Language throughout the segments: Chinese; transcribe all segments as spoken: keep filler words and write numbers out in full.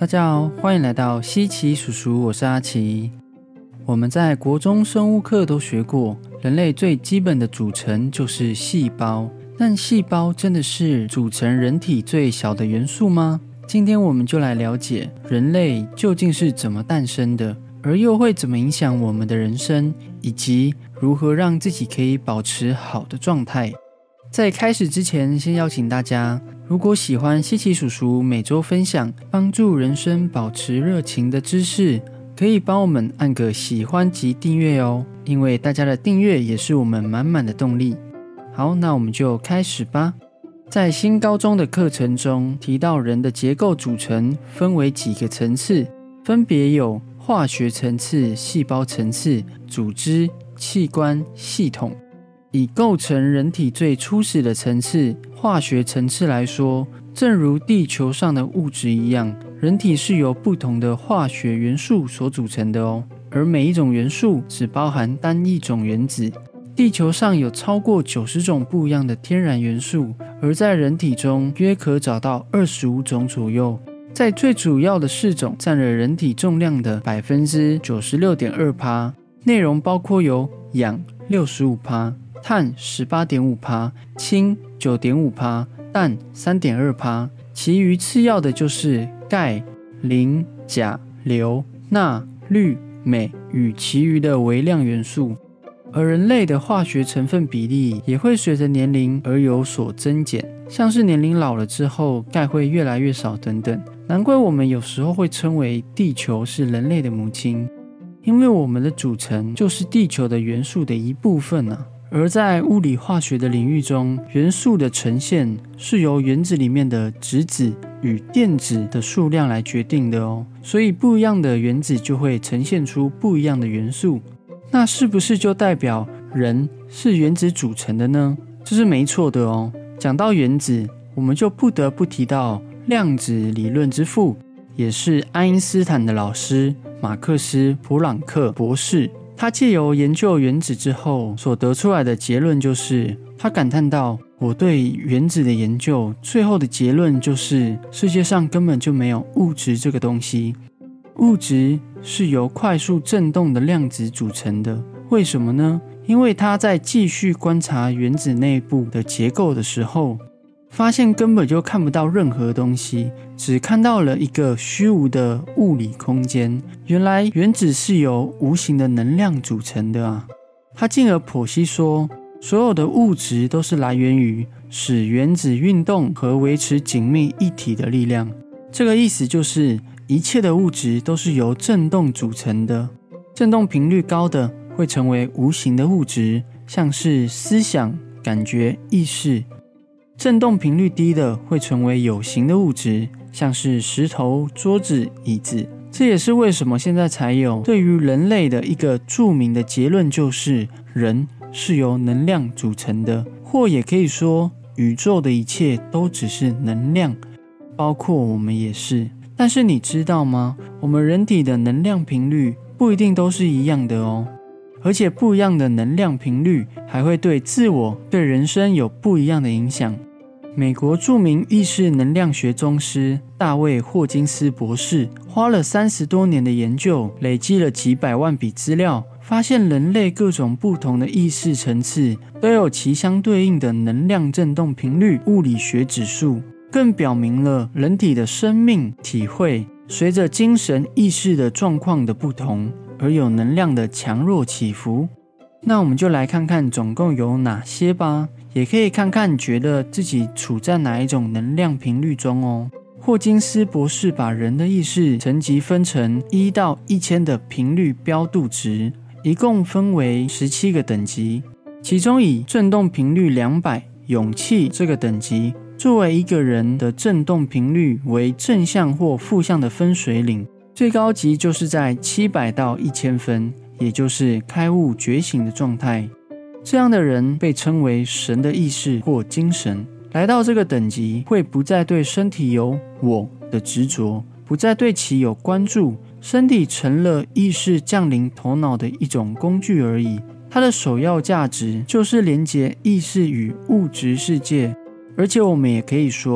大家好，欢迎来到西奇叔叔，我是阿奇。我们在国中生物课都学过，人类最基本的组成就是细胞，但细胞真的是组成人体最小的元素吗？今天我们就来了解人类究竟是怎么诞生的，而又会怎么影响我们的人生，以及如何让自己可以保持好的状态。在开始之前，先邀请大家，如果喜欢西奇叔叔每周分享帮助人生保持热情的知识，可以帮我们按个喜欢及订阅哦，因为大家的订阅也是我们满满的动力。好，那我们就开始吧。在新高中的课程中提到人的结构组成分为几个层次，分别有化学层次、细胞层次、组织、器官、系统。以构成人体最初始的层次化学层次来说，正如地球上的物质一样，人体是由不同的化学元素所组成的哦，而每一种元素只包含单一种原子。地球上有超过九十种不一样的天然元素，而在人体中约可找到二十五种左右。在最主要的四种占了人体重量的 百分之九十六点二， 内容包括有氧 百分之六十五，碳 百分之十八点五， 氢 百分之九点五， 氮 百分之三点二， 其余次要的就是钙、磷、钾、硫、钠、氯、镁与其余的微量元素。而人类的化学成分比例也会随着年龄而有所增减，像是年龄老了之后钙会越来越少等等。难怪我们有时候会称为地球是人类的母亲，因为我们的组成就是地球的元素的一部分啊。而在物理化学的领域中，元素的呈现是由原子里面的质子与电子的数量来决定的哦，所以不一样的原子就会呈现出不一样的元素。那是不是就代表人是原子组成的呢？这是没错的哦。讲到原子，我们就不得不提到量子理论之父，也是爱因斯坦的老师马克思·普朗克博士。他借由研究原子之后所得出来的结论就是，他感叹到，我对原子的研究最后的结论就是世界上根本就没有物质这个东西，物质是由快速振动的量子组成的。为什么呢？因为他在继续观察原子内部的结构的时候，发现根本就看不到任何东西，只看到了一个虚无的物理空间。原来原子是由无形的能量组成的啊！他进而剖析说，所有的物质都是来源于使原子运动和维持紧密一体的力量。这个意思就是一切的物质都是由振动组成的，振动频率高的会成为无形的物质，像是思想、感觉、意识；振动频率低的会成为有形的物质，像是石头、桌子、椅子。这也是为什么现在才有对于人类的一个著名的结论，就是人是由能量组成的，或也可以说宇宙的一切都只是能量，包括我们也是。但是你知道吗？我们人体的能量频率不一定都是一样的哦，而且不一样的能量频率还会对自我、对人生有不一样的影响。美国著名意识能量学宗师大卫·霍金斯博士花了三十多年的研究，累积了几百万笔资料，发现人类各种不同的意识层次都有其相对应的能量振动频率物理学指数，更表明了人体的生命体会随着精神意识的状况的不同而有能量的强弱起伏。那我们就来看看总共有哪些吧，也可以看看觉得自己处在哪一种能量频率中哦。霍金斯博士把人的意识层级分成一到一千的频率标度值，一共分为十七个等级，其中以振动频率两百勇气这个等级作为一个人的振动频率为正向或负向的分水岭，最高级就是在七百到一千分，也就是开悟觉醒的状态。这样的人被称为神的意识或精神。来到这个等级，会不再对身体有我的执着，不再对其有关注，身体成了意识降临头脑的一种工具而已。它的首要价值就是连接意识与物质世界。而且我们也可以说，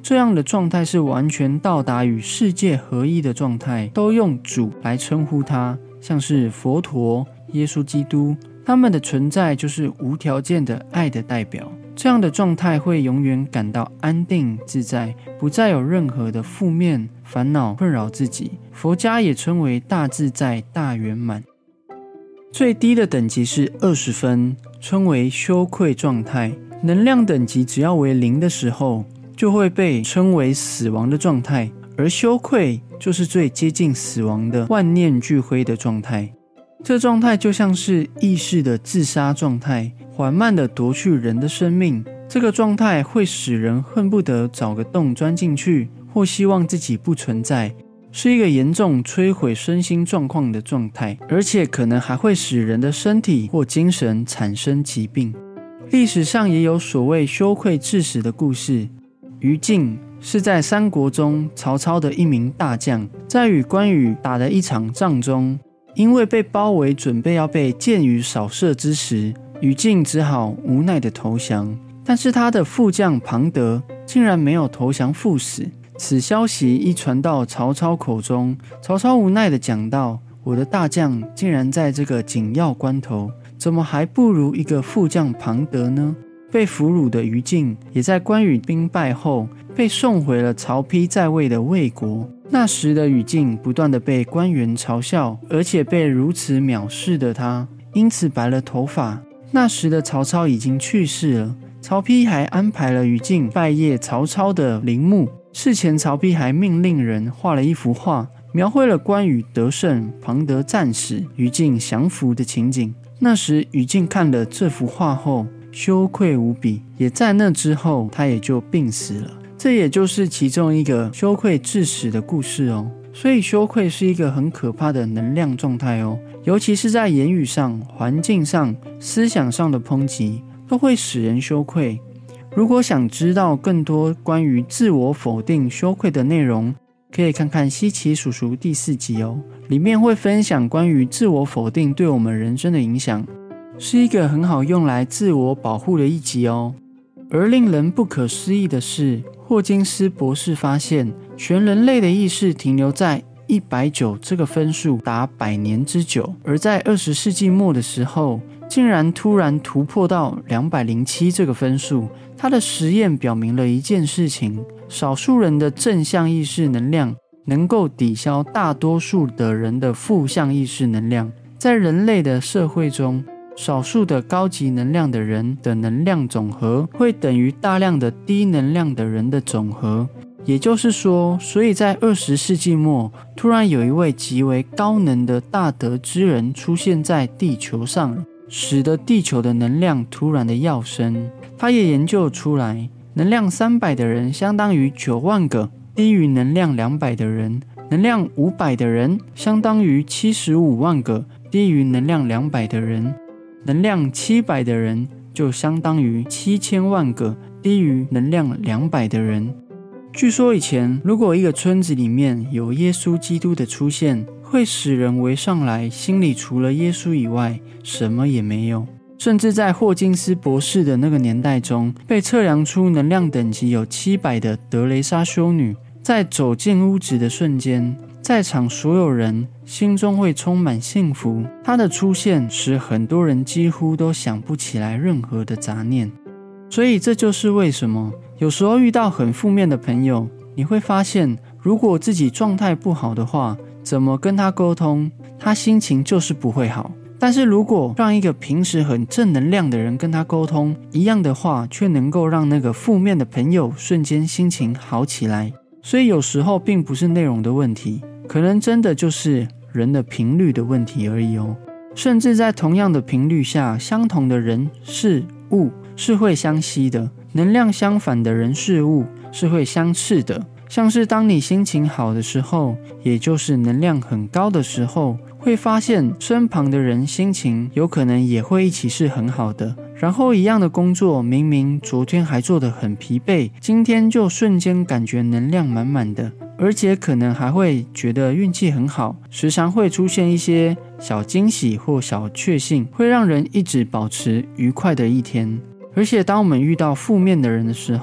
这样的状态是完全到达与世界合一的状态，都用主来称呼他，像是佛陀、耶稣基督，他们的存在就是无条件的爱的代表。这样的状态会永远感到安定自在，不再有任何的负面烦恼困扰自己。佛家也称为大自在、大圆满。最低的等级是二十分，称为羞愧状态。能量等级只要为零的时候，就会被称为死亡的状态，而羞愧就是最接近死亡的万念俱灰的状态。这状态就像是意识的自杀状态，缓慢地夺去人的生命。这个状态会使人恨不得找个洞钻进去，或希望自己不存在，是一个严重摧毁身心状况的状态，而且可能还会使人的身体或精神产生疾病。历史上也有所谓羞愧致死的故事。于禁是在三国中曹操的一名大将，在与关羽打的一场仗中，因为被包围准备要被箭雨扫射之时，于禁只好无奈的投降。但是他的副将庞德竟然没有投降赴死。此消息一传到曹操口中，曹操无奈的讲道：我的大将竟然在这个紧要关头，怎么还不如一个副将庞德呢？被俘虏的于禁也在关羽兵败后被送回了曹丕在位的魏国。那时的于禁不断的被官员嘲笑，而且被如此藐视的他因此白了头发。那时的曹操已经去世了，曹丕还安排了于禁拜谒曹操的陵墓。事前曹丕还命令人画了一幅画，描绘了关羽得胜、庞德战死、于禁降服的情景。那时于禁看了这幅画后羞愧无比，也在那之后他也就病死了。这也就是其中一个羞愧致死的故事哦。所以羞愧是一个很可怕的能量状态哦，尤其是在言语上、环境上、思想上的抨击都会使人羞愧。如果想知道更多关于自我否定、羞愧的内容，可以看看西奇叔叔第四集哦，里面会分享关于自我否定对我们人生的影响，是一个很好用来自我保护的一集哦。而令人不可思议的是，霍金斯博士发现全人类的意识停留在一百九这个分数达百年之久，而在二十世纪末的时候竟然突然突破到两百零七这个分数。他的实验表明了一件事情，少数人的正向意识能量能够抵消大多数的人的负向意识能量。在人类的社会中，少数的高级能量的人的能量总和会等于大量的低能量的人的总和。也就是说，所以在二十世纪末，突然有一位极为高能的大德之人出现在地球上，使得地球的能量突然的跃升。他也研究出来，能量三百的人相当于九万个低于能量两百的人，能量五百的人相当于七十五万个低于能量两百的人，能量七百的人就相当于七千万个低于能量两百的人。据说以前如果一个村子里面有耶稣基督的出现，会使人围上来，心里除了耶稣以外什么也没有。甚至在霍金斯博士的那个年代中，被测量出能量等级有七百的德雷莎修女，在走进屋子的瞬间，在场所有人心中会充满幸福。她的出现使很多人几乎都想不起来任何的杂念。所以这就是为什么有时候遇到很负面的朋友，你会发现如果自己状态不好的话，怎么跟他沟通，他心情就是不会好。但是如果让一个平时很正能量的人跟他沟通，一样的话却能够让那个负面的朋友瞬间心情好起来。所以有时候并不是内容的问题，可能真的就是人的频率的问题而已哦。甚至在同样的频率下，相同的人事物是会相吸的，能量相反的人事物是会相斥的。像是当你心情好的时候，也就是能量很高的时候，会发现身旁的人心情有可能也会一起是很好的。然后一样的工作，明明昨天还做得很疲惫，今天就瞬间感觉能量满满的，而且可能还会觉得运气很好，时常会出现一些小惊喜或小确幸，会让人一直保持愉快的一天。而且当我们遇到负面的人的时候，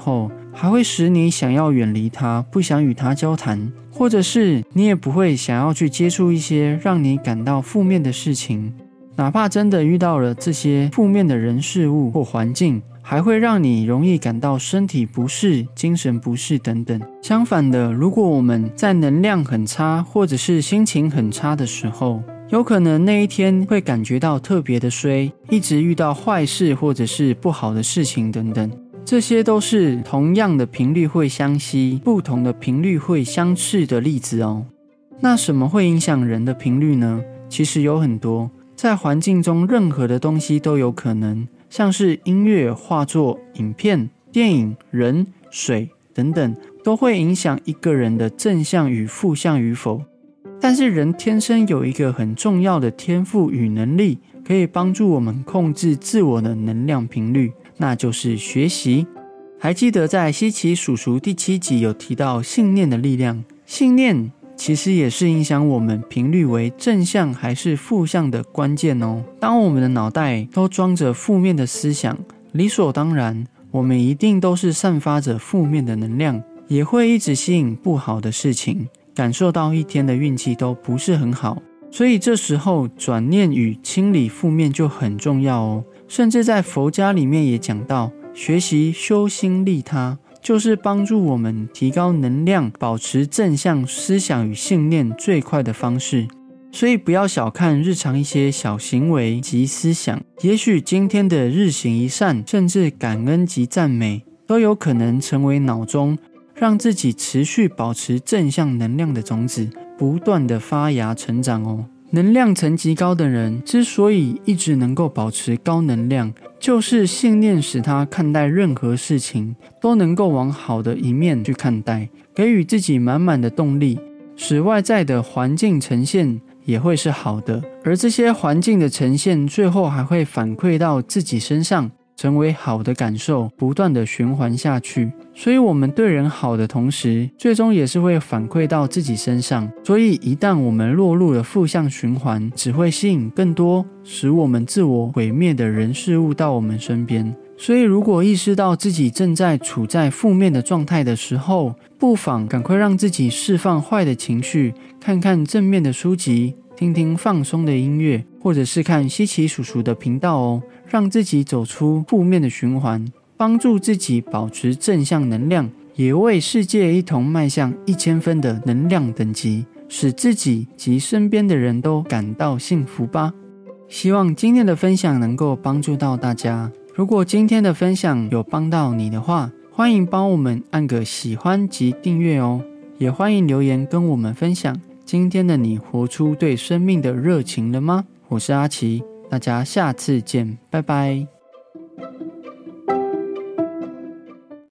还会使你想要远离他，不想与他交谈，或者是你也不会想要去接触一些让你感到负面的事情。哪怕真的遇到了这些负面的人事物或环境，还会让你容易感到身体不适、精神不适等等。相反的，如果我们在能量很差或者是心情很差的时候，有可能那一天会感觉到特别的衰，一直遇到坏事或者是不好的事情等等。这些都是同样的频率会相吸，不同的频率会相斥的例子哦。那什么会影响人的频率呢？其实有很多，在环境中任何的东西都有可能，像是音乐、画作、影片、电影、人、水等等，都会影响一个人的正向与负向与否。但是人天生有一个很重要的天赋与能力，可以帮助我们控制自我的能量频率，那就是学习。还记得在西奇叔叔第七集有提到信念的力量，信念其实也是影响我们频率为正向还是负向的关键哦。当我们的脑袋都装着负面的思想，理所当然，我们一定都是散发着负面的能量，也会一直吸引不好的事情，感受到一天的运气都不是很好。所以这时候转念与清理负面就很重要哦。甚至在佛家里面也讲到，学习修心利他，就是帮助我们提高能量，保持正向思想与信念最快的方式。所以不要小看日常一些小行为及思想，也许今天的日行一善，甚至感恩及赞美，都有可能成为脑中让自己持续保持正向能量的种子，不断的发芽成长哦。能量层级高的人之所以一直能够保持高能量，就是信念使他看待任何事情都能够往好的一面去看待，给予自己满满的动力，使外在的环境呈现也会是好的，而这些环境的呈现最后还会反馈到自己身上，成为好的感受，不断的循环下去。所以我们对人好的同时，最终也是会反馈到自己身上。所以一旦我们落入了负向循环，只会吸引更多使我们自我毁灭的人事物到我们身边。所以如果意识到自己正在处在负面的状态的时候，不妨赶快让自己释放坏的情绪，看看正面的书籍，听听放松的音乐，或者是看西奇叔叔的频道哦，让自己走出负面的循环，帮助自己保持正向能量，也为世界一同迈向一千分的能量等级，使自己及身边的人都感到幸福吧。希望今天的分享能够帮助到大家。如果今天的分享有帮到你的话，欢迎帮我们按个喜欢及订阅哦，也欢迎留言跟我们分享，今天的你活出对生命的热情了吗？我是阿奇，大家下次见，拜拜。